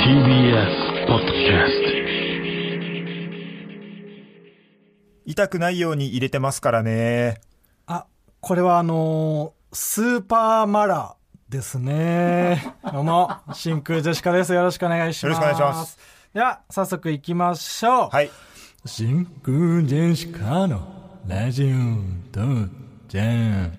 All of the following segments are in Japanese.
TBS ポッドキャスト。 痛くないように入れてますからね。 あ、これはスーパーマラですね。どうも、真空ジェシカです。よろしくお願いします。 よろしくお願いします。 では、早速行きましょう。 はい。 真空ジェシカのラジオ父ちゃん。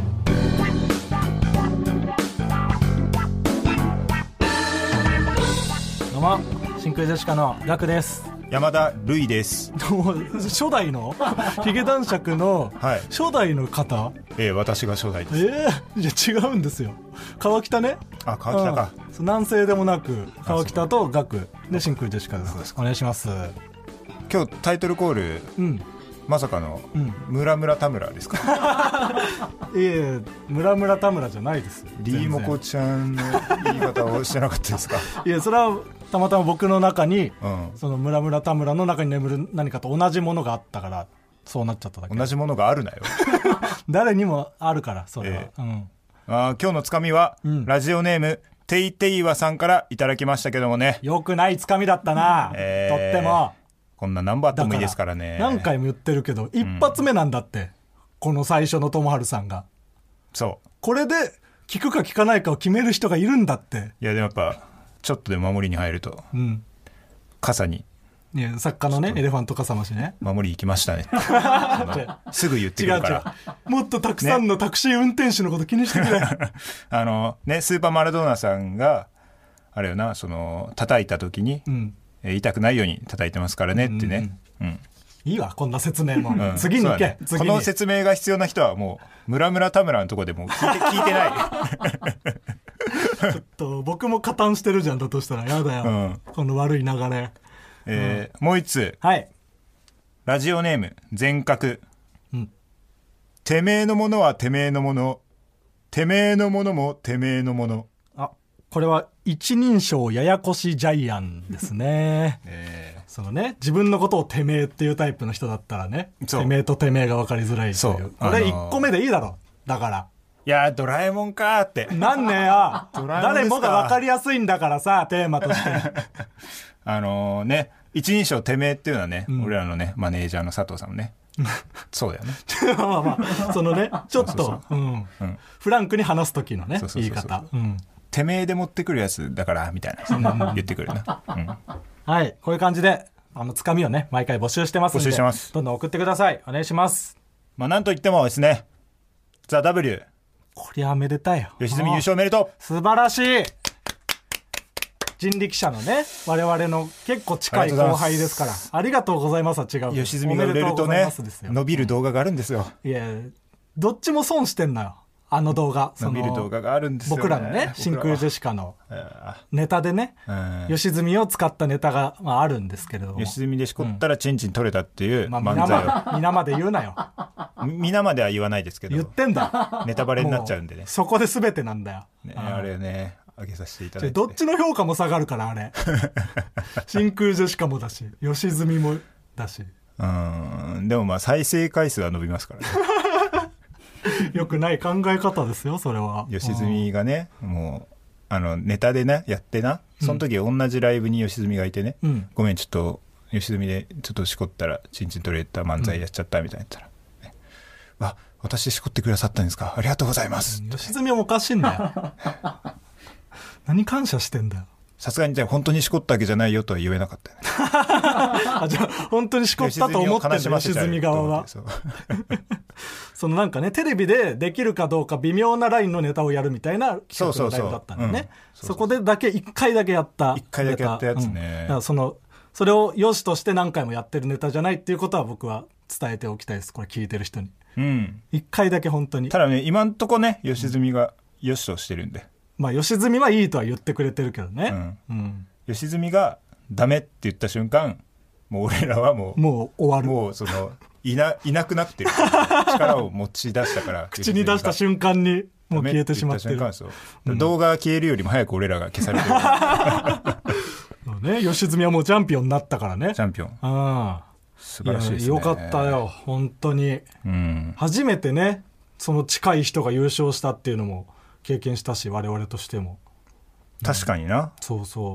どうも、真空ジェシカのガクです。 山田るいです。 初代のヒゲ男爵の初代の方、 私が初代です。 じゃあ違うんですよ。川北ね。 あ、川北か。 南西でもなく川北とガクで真空ジェシカです。お願いします。 今日タイトルコール、まさかの、ムラムラ田村ですか？ いえ、ムラムラ田村じゃないです。 リーモコちゃんの言い方をしてなかったですか？ いや、それはたまたま僕の中に、そのムラムラ田村の中に眠る何かと同じものがあったからそうなっちゃっただけ。 同じものがあるなよ。 誰にもあるからそれは。 今日のつかみは、ラジオネームテイテイワさんからいただきましたけどもね。 よくないつかみだったな、とっても。 こんな何番あってもいいですからね。 何回も言ってるけど、一発目なんだって、この最初の友春さんが。 そう。 これで聞くか聞かないかを決める人がいるんだって。 いやでもやっぱちょっとで守りに入ると、傘に。 いや、作家のね、エレファント笠間氏ね。 守り行きましたね。すぐ言ってくるから。 違う。もっとたくさんのタクシー運転手のこと気にしてくれ。 ね、スーパーマラドーナさんがあれよな、叩いた時に、痛くないように叩いてますからねってね。 いいわ、こんな説明も。次に行け。 この説明が必要な人はもうムラムラ田村のとこでもう聞いてない。 ちょっと僕も加担してるじゃん。だとしたらやだよ、この悪い流れ。 もう一つ、ラジオネーム全角、てめえのものはてめえのもの、てめえのものもてめえのもの。 あ、これは一人称ややこしジャイアンですね。そのね、自分のことをてめえっていうタイプの人だったらね、てめえとてめえが分かりづらいという。 そう、 これ1個目でいいだろ。だからいやドラえもんかーってなんねよ。誰もが分かりやすいんだからさ、テーマとして。 ね、一人称てめえっていうのはね、俺らのねマネージャーの佐藤さんもねそうだよね。 まあまあ、そのね、ちょっとフランクに話す時のね、言い方。 てめえで持ってくるやつだからみたいな言ってくるな。 はい、こういう感じでつかみをね毎回募集してますんで、 募集してます。 どんどん送ってください。お願いします。 まあなんといってもですね、ザ・ W、 こりゃめでたいよ。 吉住優勝おめでとう。 素晴らしい。人力車のね、我々の結構近い後輩ですから、ありがとうございますは違う。 吉住が売れるとね、伸びる動画があるんですよ。 いや、どっちも損してんのよ、あの動画。 伸びる動画があるんですよね。 僕らのね、真空ジェシカのネタでね、吉住を使ったネタが、あるんですけれども、 吉住でしこったらチンチン取れたっていう漫才を、 皆まで言うなよ。 皆までは言わないですけど、 言ってんだ。 ネタバレになっちゃうんでね。 そこで全てなんだよ、 あれね、上げさせていただいて。 どっちの評価も下がるからあれ。真空ジェシカもだし、吉住もだし。 でもまあ再生回数は伸びますからね。 よくない考え方ですよ、それは。 吉住がね、もうネタでねやってな、その時同じライブに吉住がいてね、ごめんちょっと吉住でちょっとしこったらチンチン取れた漫才やっちゃったみたいな言ったら、わ、私しこってくださったんですか、ありがとうございます。 吉住もおかしいんだよ。何感謝してんだよ。 さすがにじゃあ本当にしこったわけじゃないよとは言えなかったよね。 あ、じゃあ本当にしこったと思ってんだ、吉住側は。そのなんかね、テレビでできるかどうか微妙なラインのネタをやるみたいな企画のライブだったんでね。そこでだけ1回だけやった 1回だけやったやつね。 だからそれを良しとして何回もやってるネタじゃないっていうことは僕は伝えておきたいです、これ聞いてる人に。1回だけ本当に。 ただね、今んとこね、吉住が良しとしてるんで、 まあ吉住はいいとは言ってくれてるけどね、 吉住がダメって言った瞬間、もう俺らはもう終わる。 もういなくなってる。力を持ち出したから口に出した瞬間にもう消えてしまってる。 動画が消えるよりも早く俺らが消されてる。 ね、吉住はもうチャンピオンになったからね。 チャンピオン。素晴らしいですね。 よかったよ本当に、初めてね、その近い人が優勝したっていうのも経験したし、我々としても。 確かにな。 そうそう。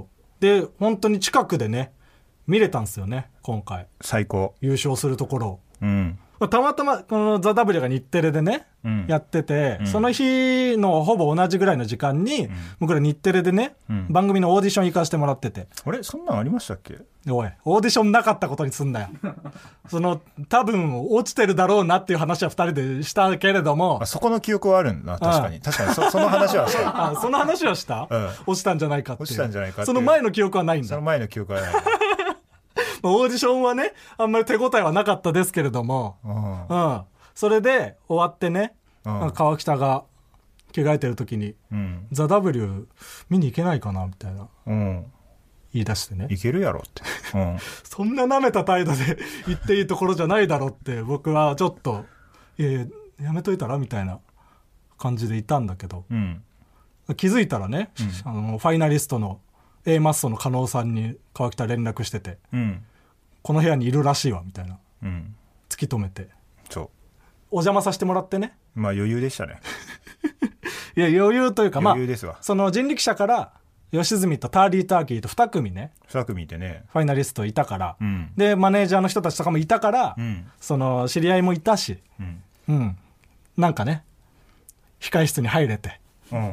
で本当に近くでね見れたんですよね今回。 最高。 優勝するところを、 うん、 たまたまこのザ・ W が日テレでね、うん、やってて、その日のほぼ同じぐらいの時間に、僕ら日テレでね、番組のオーディション行かせてもらってて。 あれそんなんありましたっけ？ おい、オーディションなかったことにすんなよ。多分落ちてるだろうなっていう話は2人でしたけれども、 そこの記憶はあるんだ。確かにその話はしたその話はした、落ちたんじゃないかっていう。 落ちたんじゃないかっていう。 その前の記憶はないんだ。 その前の記憶はない。 オーディションはねあんまり手応えはなかったですけれども、それで終わってね、川北が着替えてる時に、ザ・ W 見に行けないかなみたいな、言い出してね。 いけるやろって、 そんな舐めた態度で言っていいところじゃないだろって僕はちょっとやめといたらみたいな感じでいたんだけど、気づいたらね、ファイナリストの A マッソの加納さんに川北連絡してて、この部屋にいるらしいわみたいな、突き止めて、 そうお邪魔させてもらってね。 まあ余裕でしたね。 いや余裕というか、 余裕ですわ。 その人力車から吉住とターリー・ターキーと2組ね、 2組いてね、 ファイナリストいたから、でマネージャーの人たちとかもいたから、その知り合いもいたし、なんかね控室に入れて、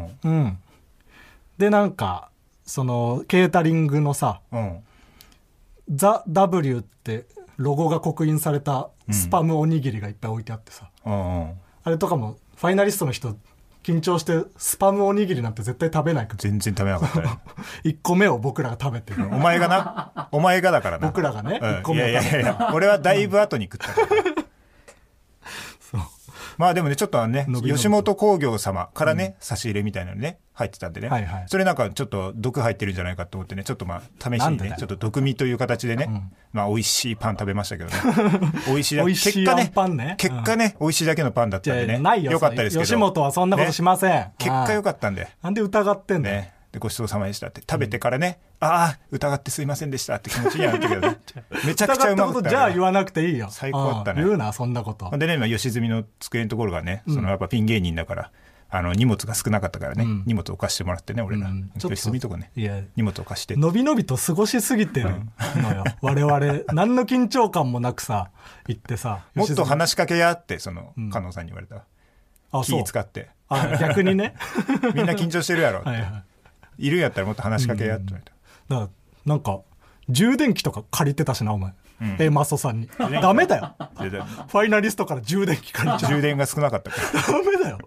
でなんかそのケータリングのさ、ザ・ W ってロゴが刻印されたスパムおにぎりがいっぱい置いてあってさ、あれとかもファイナリストの人緊張してスパムおにぎりなんて絶対食べないから、 全然食べなかったね。 1個目を僕らが食べてる。 お前がだからな。 僕らがね、1個目を食べて。 いや俺はだいぶ後に食ったから。そうまあでもねちょっとね吉本興業様からね、差し入れみたいなのね入ってたんでね、それなんかちょっと毒入ってるんじゃないかと思ってね、ちょっとまあ試しにねちょっと毒味という形でね、まあ美味しいパン食べましたけどね。美味しいだけ結果ね美味しいだけのパンだったんでね、よかったですけど、 吉本はそんなことしません。 結果良かったんで。 なんで疑ってんだよ。 でごちそうさまでしたって食べてからね、ああ疑ってすいませんでしたって気持ちになったけどね。めちゃくちゃうまかった。 じゃあ言わなくていいよ。 最高だったね。 言うなそんなこと。 でね、まあ、吉住の机のところがね、そのやっぱピン芸人だから荷物が少なかったからね、荷物を貸してもらってね、俺ら、吉住とこね、荷物を貸して、 のびのびと過ごしすぎてるのよ、我々。何の緊張感もなくさ行ってさ、 もっと話しかけやって加納さんに言われた。気使って。 逆にね。 みんな緊張してるやろって。いるんやったらもっと話しかけやって言われた。 だからなんか充電器とか借りてたしなお前、マストさんに。ダメだよ。ファイナリストから充電器借りちゃう。 充電が少なかったから。 ダメだよ。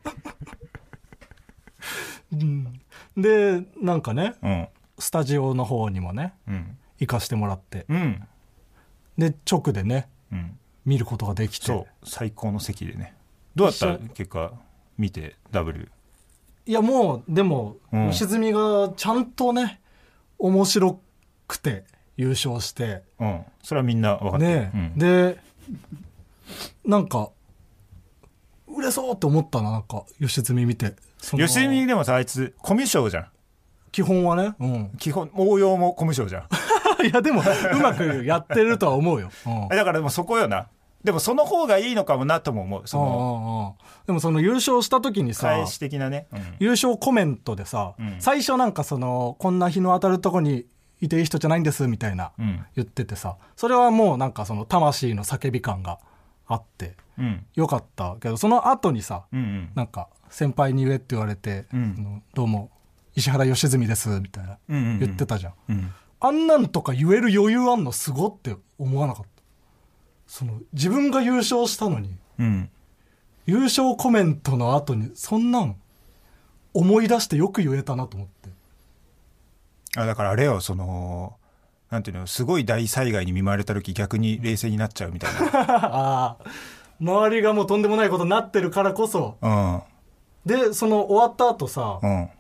でなんかね、スタジオの方にもね、行かしてもらって、で直でね、見ることができて、 そう最高の席でね。どうだった結果見て W。 いやもうでも、吉住がちゃんとね面白くて優勝して、 それはみんな分かってる、 ね。でなんか売れそうって思ったな、なんか吉住見て。 吉住でもさ、あいつコミュ障じゃん基本はね、 基本応用もコミュ障じゃん。 いやでもうまくやってるとは思うよ、 だからでもそこよな。でもその方がいいのかもなとも思う。 でもその優勝した時にさ、 返し的なね、 優勝コメントでさ、最初なんかこんな日の当たるとこにいていい人じゃないんですみたいな、言っててさ、それはもうなんかその魂の叫び感があって、よかったけど、その後にさ、なんか先輩に言えって言われて、どうも石原良純ですみたいな、言ってたじゃん、あんなんとか言える余裕あんのすごって思わなかった？自分が優勝したのに、優勝コメントの後にそんなん思い出してよく言えたなと思って。 だからあれよ、なんていうの、すごい大災害に見舞われた時逆に冷静になっちゃうみたいな。 周りがもうとんでもないことになってるからこそ、で終わった後さ、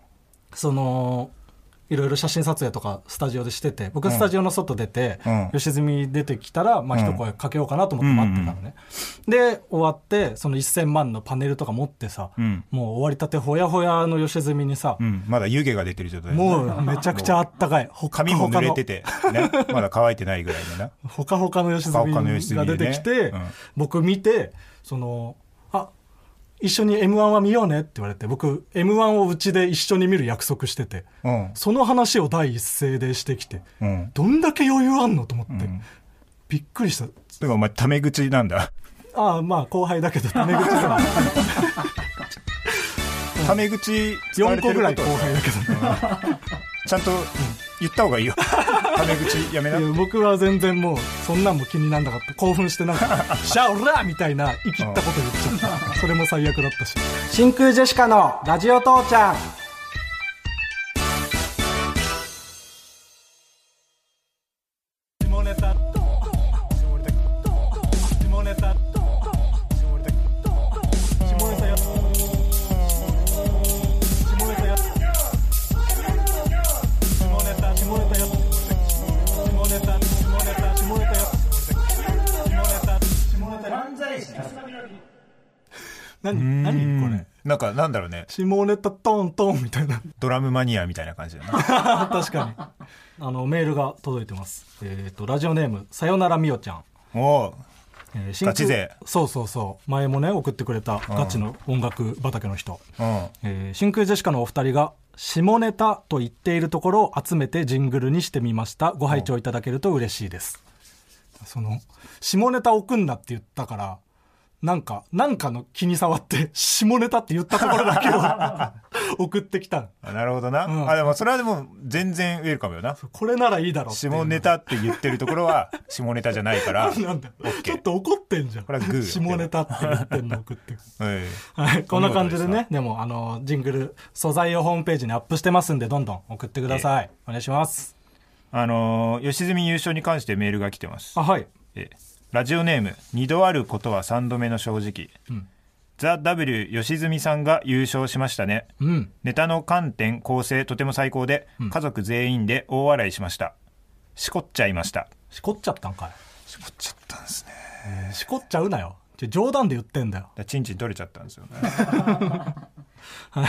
いろいろ写真撮影とかスタジオでしてて、僕スタジオの外出て、吉住出てきたら、一声かけようかなと思って待ってたのね、で終わってその1000万のパネルとか持ってさ、もう終わりたてほやほやの吉住にさ、 まだ湯気が出てる状態、 もうめちゃくちゃあったかい、 髪も濡れてて、ね、まだ乾いてないぐらいのなほかほかの吉住が出てきて、僕見て一緒に M1 は見ようねって言われて、僕 M1 をうちで一緒に見る約束してて、その話を第一声でしてきて、どんだけ余裕あんのと思って、びっくりした。 でもお前タメ口なんだ。 ああ、まあ後輩だけどタメ口だ。 タメ口使われてること 4個ぐらい後輩だけどね。 ちゃんと言った方がいいよ。タメ口やめな。 僕は全然もうそんなんも気になんなかった。興奮してなんかシャオラみたいな生きったこと言っちゃった。それも最悪だったし。真空ジェシカのラジオ父ちゃん。下ネタ何これ。 なんだろうね。 下ネタトントンみたいな。 ドラムマニアみたいな感じだな。 確かに。メールが届いてます。ラジオネームさよならみおちゃん。 おー。ガチ勢。 そう前もね送ってくれたガチの音楽畑の人。真空ジェシカのお二人が下ネタと言っているところを集めてジングルにしてみました。ご拝聴いただけると嬉しいです。その下ネタ送んなって言ったから、なんかの気に障って下ネタって言ったところだけを送ってきた。 なるほどな。でもそれはでも全然ウェルカムよな。 これならいいだろう。 下ネタって言ってるところは下ネタじゃないから。 なんだちょっと怒ってんじゃん。 これはグー。 下ネタって言ってんの送ってくはい、こんな感じでね。でもジングル素材をホームページにアップしてますんで、どんどん送ってください。お願いします。 吉住優勝に関してメールが来てます。 はい。 ラジオネーム2度あることは3度目の正直。ザ・ W 吉住さんが優勝しましたね。ネタの観点構成とても最高で、家族全員で大笑いしました。しこっちゃいました。 しこっちゃったんかい。 しこっちゃったんですね。 しこっちゃうなよ。冗談で言ってんだよ。 チンチン取れちゃったんですよね。 はい。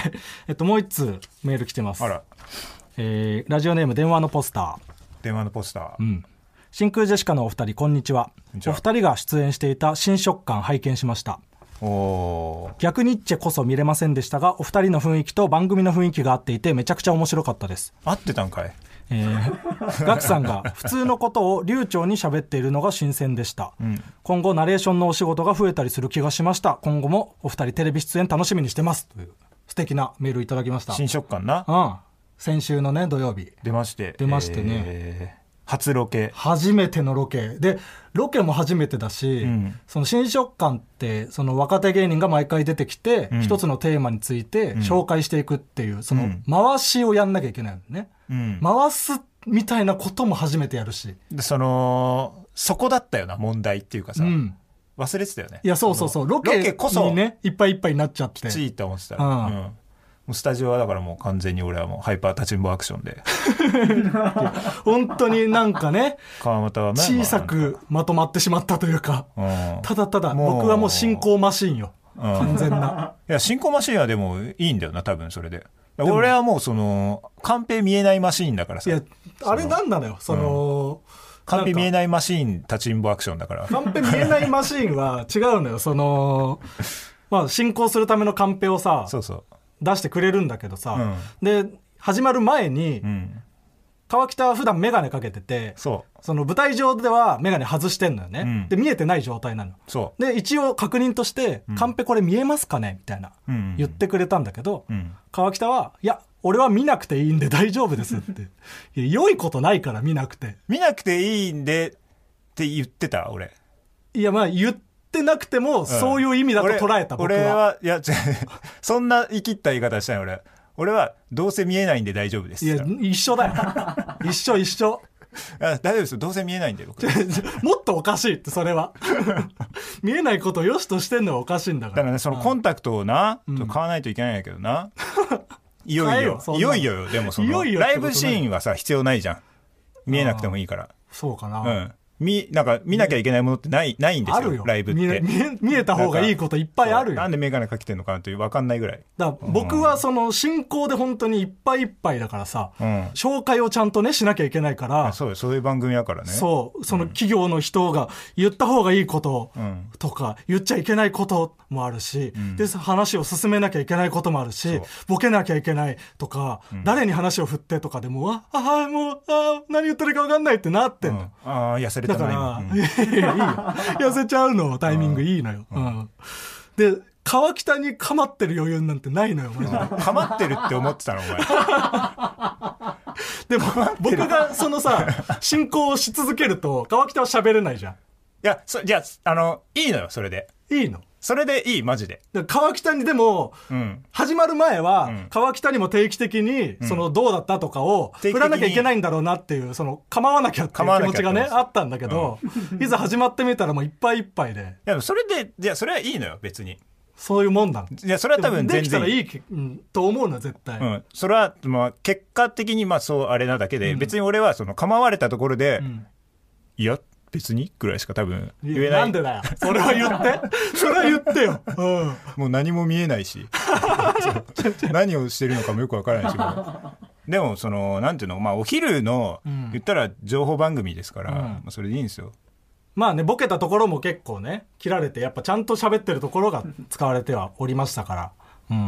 もう一通メール来てます。 あら。 ラジオネーム電話のポスター。 電話のポスター。 真空ジェシカのお二人こんにちは。お二人が出演していた新食感拝見しました。逆ニッチェこそ見れませんでしたが、お二人の雰囲気と番組の雰囲気が合っていてめちゃくちゃ面白かったです。 合ってたんかい。 ガクさんが普通のことを流暢に喋っているのが新鮮でした。今後ナレーションのお仕事が増えたりする気がしました。今後もお二人テレビ出演楽しみにしてますという素敵なメールいただきました。 新食感な。 先週のね土曜日出ましてね。 初ロケ。 初めてのロケで、ロケも初めてだし、その新食感ってその若手芸人が毎回出てきて、一つのテーマについて紹介していくっていう、その回しをやんなきゃいけないのね。回すみたいなことも初めてやるし、 でそこだったよな問題っていうかさ、忘れてたよね。 いやそうロケこそにねいっぱいいっぱいになっちゃってきついって思ってた。もうスタジオはだからもう完全に俺はもうハイパー立ちんぼアクションで本当になんかね川又は小さくまとまってしまったというか、ただただ僕はもう進行マシーンよ、完全な。 いや進行マシーンはでもいいんだよな多分それで。俺はもうそのカンペ見えないマシーンだからさ。 いやあれなんだのよその、 カンペ見えないマシーン立ちんぼアクションだから。 カンペ見えないマシーンは違うのよ。そのまあ進行するためのカンペをさ出してくれるんだけどさ、で始まる前に、川北は普段メガネかけてて、その舞台上ではメガネ外してんのよね、で見えてない状態なの。で一応確認として、カンペこれ見えますかねみたいな、言ってくれたんだけど、川北はいや俺は見なくていいんで大丈夫ですっていや良いことないから見なくていいんでって言ってた俺。 いやまあ言ってなくても、そういう意味だと捉えた。 俺はいやそんな生きった言い方したい。俺はどうせ見えないんで大丈夫です。 いや一緒だよ一緒大丈夫ですよどうせ見えないんで。 もっとおかしいってそれは見えないことを良しとしてんのがおかしいんだから。 だからねそのコンタクトをな、買わないといけないんだけどな、いよいよよ。でもそのライブシーンはさ必要ないじゃん、見えなくてもいいから。 そうかな、 なんか見なきゃいけないものってないんですよ。あるよライブって。 見えた方がいいこといっぱいあるよ。 なんでメガネかけてんのかなって分かんないぐらい。 だから僕はその進行で本当にいっぱいいっぱいだからさ、紹介をちゃんとねしなきゃいけないから。 そういう番組だからね。 その企業の人が言った方がいいこととか、言っちゃいけないこともあるし、で話を進めなきゃいけないこともあるし、ボケなきゃいけないとか、誰に話を振ってとかでも何言ってるか分かんないってなってんの、 痩せれたな。だからいいよ痩せちゃうのタイミングいいのよ、で川北に構ってる余裕なんてないのよ構ってるって思ってたのお前でも僕がそのさ進行をし続けると川北は喋れないじゃん。いやじゃあいいのよ。それでいいの。それでいいマジで。 川北にでも、始まる前は、川北にも定期的にそのどうだったとかを振らなきゃいけないんだろうなっていうその構わなきゃっていう気持ちがねあったんだけど、いざ始まってみたらもういっぱいいっぱいで。 いやそれでじゃあそれはいいのよ別に。 そういうもんだ。 いやそれは多分全然できたらいい、と思うのは絶対。 それはまあ結果的にまあそうあれなだけで、別に俺はその構われたところで、いや別にぐらいしか多分言えない。 なんでだよ。それは言ってそれは言ってよ、 もう何も見えないし何をしてるのかもよくわからないしでもそのなんていうの、まあお昼の、言ったら情報番組ですから、まあ、それでいいんですよ。 まあね、ボケたところも結構ね切られてやっぱちゃんと喋ってるところが使われてはおりましたから、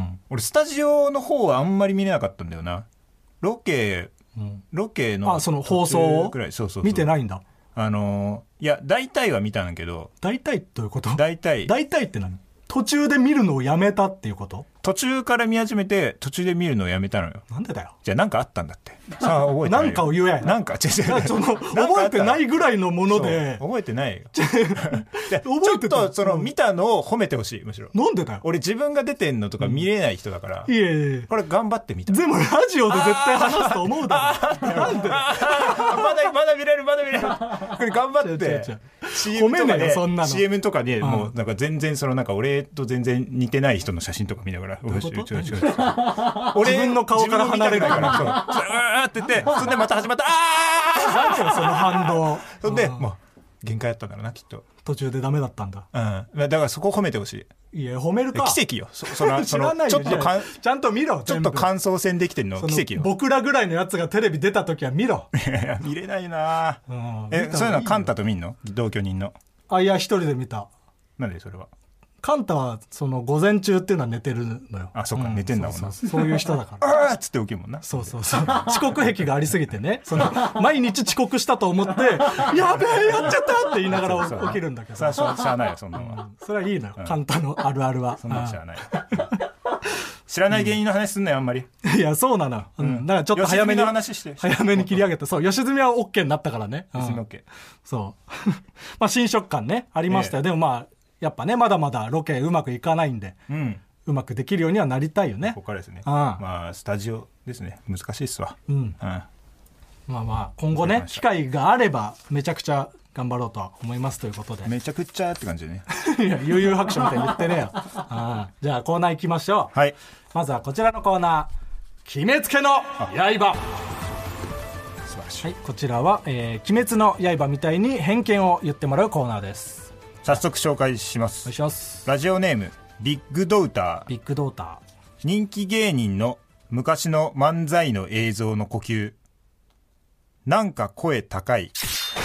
俺スタジオの方はあんまり見れなかったんだよな。ロケのその放送を見てないんだ。 いや大体は見たんだけど。 大体どういうこと？ 大体って何？途中で見るのをやめたっていうこと？ 途中から見始めて途中で見るのをやめたのよ。 なんでだよ。 じゃあなんかあったんだって。さあ覚えてないよ。 なんかを言えや。 なんか覚えてないぐらいのもので。 覚えてないよ。ちょっとその見たのを褒めてほしいむしろ。 なんでだよ。 俺自分が出てんのとか見れない人だから。 いえこれ頑張ってみた。 でもラジオで絶対話すと思うだろ。なんで？ まだ見れる。これ頑張って。 褒めねえよそんなの。 CM とかでもうなんか全然そのなんか俺と全然似てない人の写真とか見ながら。 自分の顔から離れないからそうって言ってそれでまた始まった何よその反動。 そんでもう限界だったんだろうなきっと。 途中でダメだったんだ。 だからそこを褒めてほしい。 いや褒めるか。 奇跡よ。その知らないよ。ちゃんと見ろ。 ちょっと感想戦できてんの奇跡よ。 僕らぐらいのやつがテレビ出た時は見ろ。 いや見れないな。そういうのはカンタと見んの？同居人の。 いや一人で見た。 なんでそれは。 カンタはその午前中っていうのは寝てるのよ。 そうか、寝てんだもんな。 そういう人だからっつって起きるもんな。 そう遅刻癖がありすぎてね、その毎日遅刻したと思ってやべえやっちゃったって言いながら起きるんだけど。 しゃあないよそんなのは。 それはいいのよ、カンタのあるあるは。 そんなのしゃあない。知らない芸人の話すんなよあんまり。 いやそうなの。だからちょっと早めに切り上げて。そう吉住は OK になったからね。そうまあ新食感ねありましたよ。でもまあやっぱねまだまだロケうまくいかないんで、うまくできるようにはなりたいよね。 ここからですね。まあスタジオですね。難しいっすわ。 まあ今後ね機会があればめちゃくちゃ頑張ろうとは思いますということで。 めちゃくちゃって感じでね。 いや悠々白書みたいに言ってねえよ。じゃあコーナー行きましょう。 はい。 まずはこちらのコーナー、決めつけの刃。 素晴らしい。 はい、こちらは、鬼滅の刃みたいに偏見を言ってもらうコーナーです。 早速紹介します。 お願いします。 ラジオネームビッグドーター。人気芸人の昔の漫才の映像の呼吸。なんか声高い。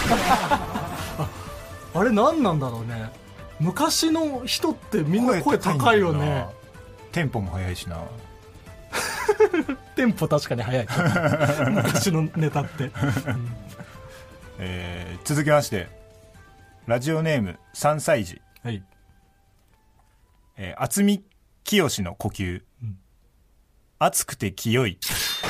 あれ何なんだろうね。昔の人ってみんな声高いよね。 テンポも速いしな。 テンポ確かに速い。昔のネタって。 続きましてラジオネーム3歳児。 はい。 渥美清の呼吸。熱くて清い。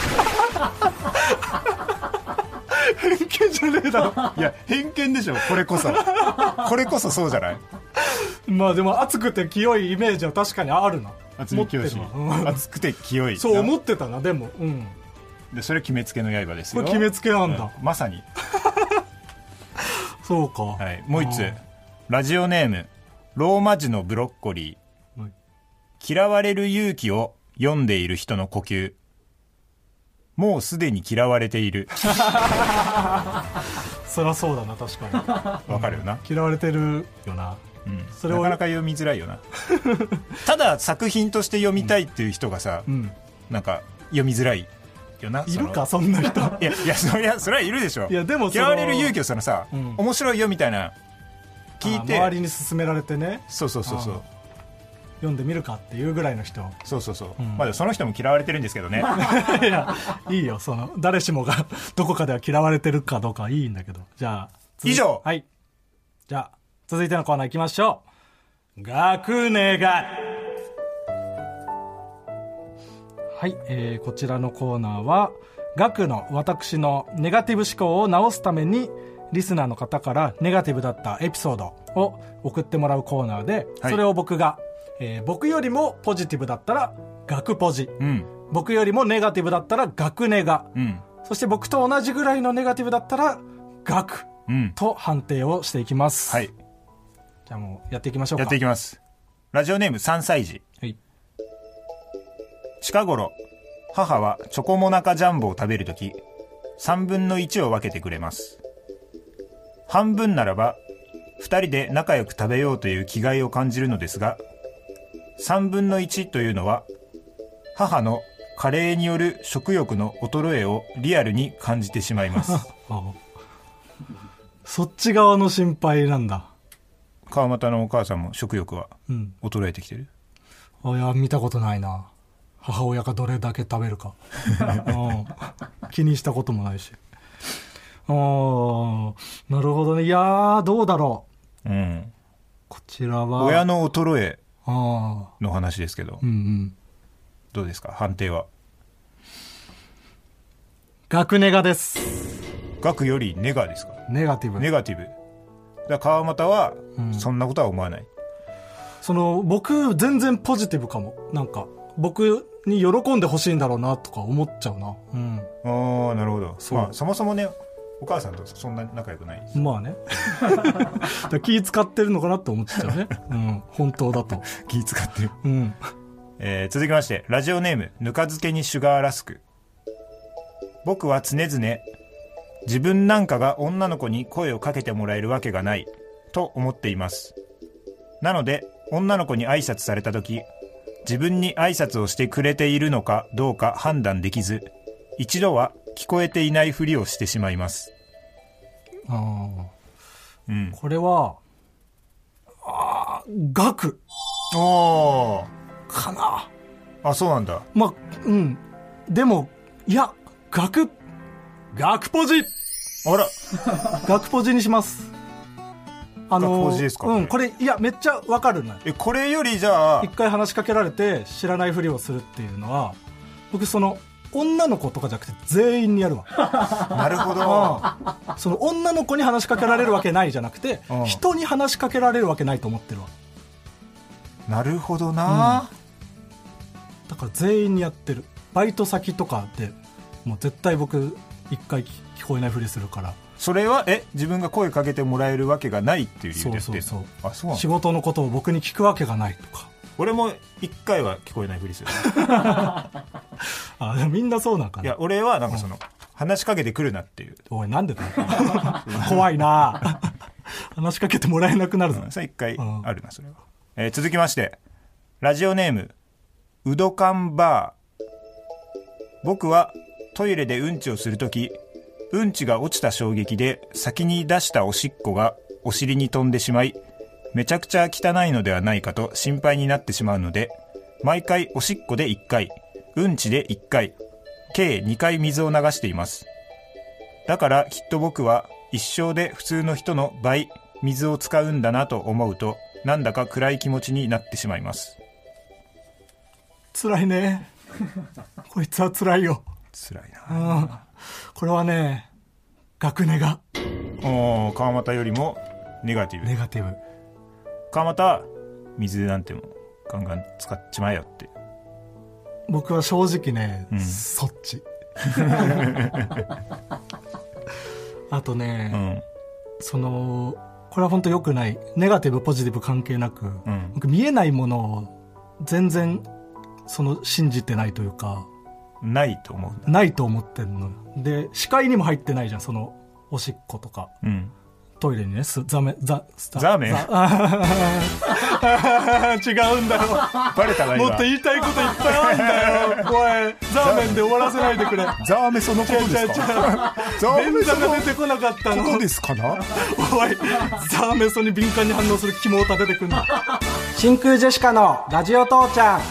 偏見じゃねえだろ。 いや偏見でしょこれこそそうじゃない。 まあでも熱くて清いイメージは確かにあるな。 渥美清熱くて清い。 そう思ってたな。でもでそれ決めつけの刃ですよ。 これ決めつけなんだ。 まさに。 そうか。 はい。もう一つラジオネームローマ字のブロッコリー。嫌われる勇気を読んでいる人の呼吸。もうすでに嫌われている。 そりゃそうだな確かに。わかるよな。 嫌われてるよな。 それをなかなか読みづらいよな。ただ作品として読みたいっていう人がさ、なんか読みづらいよな。 いるかそんな人。 いやそれはいるでしょ。 いやでも嫌われる勇気をそのさ、面白いよみたいな聞いて周りに勧められてね。 そう読んでみるかっていうぐらいの人。 そうそうそう、まだその人も嫌われてるんですけどねいやいいよ、その誰しもがどこかでは嫌われてるかどうかはいいんだけど。じゃあ以上。 はい、じゃあ続いてのコーナー行きましょう。学ネガ。はい、こちらのコーナーは学の私のネガティブ思考を直すためにリスナーの方からネガティブだったエピソードを送ってもらうコーナーで、それを僕が、僕よりもポジティブだったら学ポジ、僕よりもネガティブだったら学ネガ、そして僕と同じぐらいのネガティブだったら学、と判定をしていきます。はい、じゃあもうやっていきましょうか。 やっていきます。ラジオネーム3歳児。はい。近頃母はチョコモナカジャンボを食べるとき3分の1を分けてくれます。半分ならば2人で仲良く食べようという気概を感じるのですが、3分の1というのは母の加齢による食欲の衰えをリアルに感じてしまいますそっち側の心配なんだ。 川又のお母さんも食欲は衰えてきてる？ いや見たことないな、母親がどれだけ食べるか気にしたこともないし。なるほどね。いやーどうだろう、こちらは親の衰えの話ですけど、どうですか判定は？ 学ネガです。 学よりネガですか？ ネガティブ。 ネガティブだから川又はそんなことは思わない、 その僕全然ポジティブかも。なんか僕に喜んでほしいんだろうなとか思っちゃうな。 ああなるほど。まあ、そもそもねお母さんとそんな仲良くないです。 まあね気使ってるのかなって思っちゃうね本当だと気使ってる、続きましてラジオネームぬか漬けにシュガーラスク。僕は常々自分なんかが女の子に声をかけてもらえるわけがないと思っています。なので女の子に挨拶された時自分に挨拶をしてくれているのかどうか判断できず、一度は聞こえていないふりをしてしまいます。 これは学かな。 あ、そうなんだ。 まあでもいや学ポジ。 あら学ポジにします。 学ポジですか？ これいやめっちゃわかるな。 これよりじゃあ一回話しかけられて知らないふりをするっていうのは僕その女の子とかじゃなくて全員にやるわなるほどその女の子に話しかけられるわけないじゃなくて人に話しかけられるわけないと思ってるわ。 なるほどな、 だから全員にやってる。バイト先とかでもう絶対僕一回聞こえないふりするから。 それは自分が声かけてもらえるわけがないっていう理由でやってるの？ そうあ、そう。 仕事のことを僕に聞くわけがないとか。 俺も一回は聞こえないふりするでもみんなそうなんかな。 いや俺はなんか話しかけてくるなっていう。 おいなんでだよ怖いな話しかけてもらえなくなるぞ、 それ一回あるなそれは。続きましてラジオネームうどかんバー。僕はトイレでうんちをするときうんちが落ちた衝撃で先に出したおしっこがお尻に飛んでしまいめちゃくちゃ汚いのではないかと心配になってしまうので毎回おしっこで1回うんちで1回計2回水を流しています。だからきっと僕は一生で普通の人の倍水を使うんだなと思うとなんだか暗い気持ちになってしまいます。 辛いねこいつは辛いよ。 辛いな。 これはね学ネガ。 川又よりもネガティブ。 ネガティブ。 川又は水なんてもガンガン使っちまえよって。 僕は正直ね、そっちあとね、これは本当良くない。ネガティブポジティブ関係なく、僕見えないものを全然信じてないというかないと思う。 ないと思ってるので視界にも入ってないじゃんおしっことか、トイレにねザメ違うんだよ。 バレたな今。 もっと言いたいこといっぱいあるんだよ。おい、ザーメンで終わらせないでくれ。 ザーメソのことですか？ 便座が出てこなかったの。 ことですかな？ おい、ザーメソに敏感に反応する肝を立ててくんだ。真空ジェシカのラジオ父ちゃん。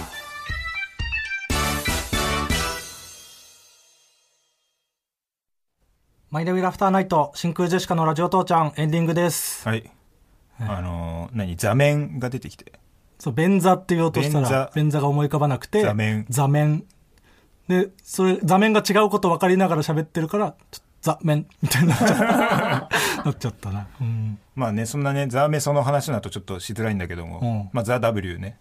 マイナビラフターナイト、真空ジェシカのラジオ父ちゃん、エンディングです。 はい。座面が出てきて。 そう、便座って言おうとしたら、便座が思い浮かばなくて、座面。で、それ、座面が違うこと分かりながら喋ってるから、座面みたいになっちゃったな。うん、 まあね、そんなね、ザーメソの話だとちょっとしづらいんだけども、まあザ・ W ね。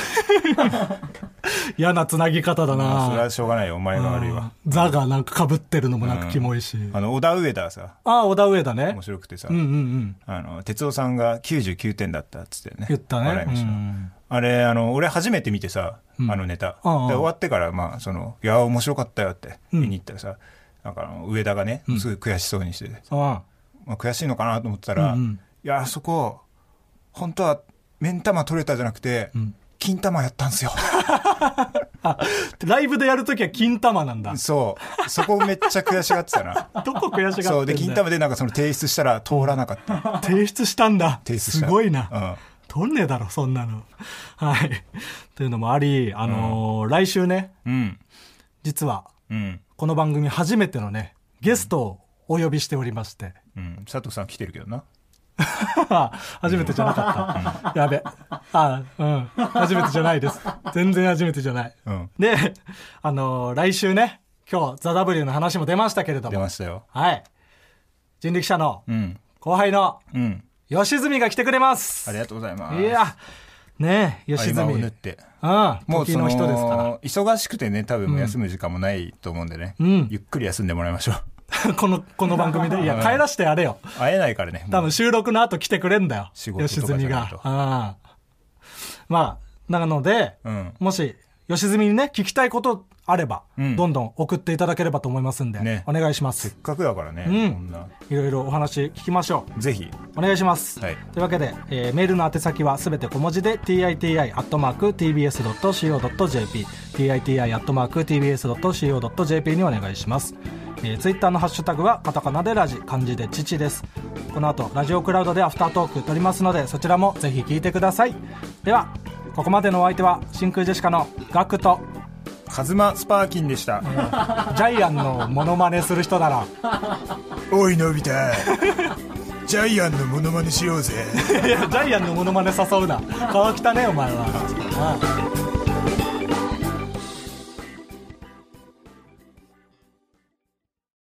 嫌なつなぎ方だな。 それはしょうがないよ、お前が悪いわ。 ザがなんか被ってるのもなんかキモいし。 小田上田さ。 小田上田ね。 面白くてさ。 哲夫さんが99点だったっつってね。 言ったね。 笑いました。あれ、俺初めて見てさ、ネタ。で、終わってから、まあ、いや、面白かったよって見に行ったらさ、なんか上田がね、すごい悔しそうにしてて、まあ、悔しいのかなと思ったら、いや、あそこ、本当は、目ん玉取れたじゃなくて、金玉やったんすよ。 ライブでやるときは金玉なんだ。 そう。そこめっちゃ悔しがってたな。 どこ悔しがってんだよ。 そう。で、金玉でなんか提出したら通らなかった。 提出したんだ。 提出した。 すごいな。通んねえだろ、そんなの。はい。というのもあり、来週ね、実は、この番組初めてのね、ゲストをお呼びしておりまして。 佐藤さん来てるけどな。 初めてじゃなかった。やべ。初めてじゃないです。全然初めてじゃない。で、来週ね、今日、ザ・ W の話も出ましたけれども。 出ましたよ。 はい。人力車の後輩の吉住が来てくれます。 ありがとうございます。 いや、ねえ、吉住。 合間を縫って。 もう時の人ですから。 忙しくてね、多分休む時間もないと思うんでね。ゆっくり休んでもらいましょう。 この番組で。いや、帰らしてやれよ。 会えないからね。 多分収録の後来てくれんだよ。 仕事とかじゃないと。 まあ、なので、もし、吉住にね、聞きたいことあれば、どんどん送っていただければと思いますんで、お願いします。 せっかくだからね。 いろいろお話聞きましょう。ぜひ。 お願いします。というわけで、メールの宛先はすべて小文字で、titi@tbs.co.jp、titi@tbs.co.jp にお願いします。ツイッターのハッシュタグはカタカナでラジ、漢字で父です。この後ラジオクラウドでアフタートーク撮りますので、そちらもぜひ聞いてください。ではここまでのお相手は真空ジェシカのガクとカズマスパーキンでした。 ジャイアンのモノマネする人ならおいのび太ジャイアンのモノマネしようぜ。 いや、ジャイアンのモノマネ誘うな。顔汚ねえお前は。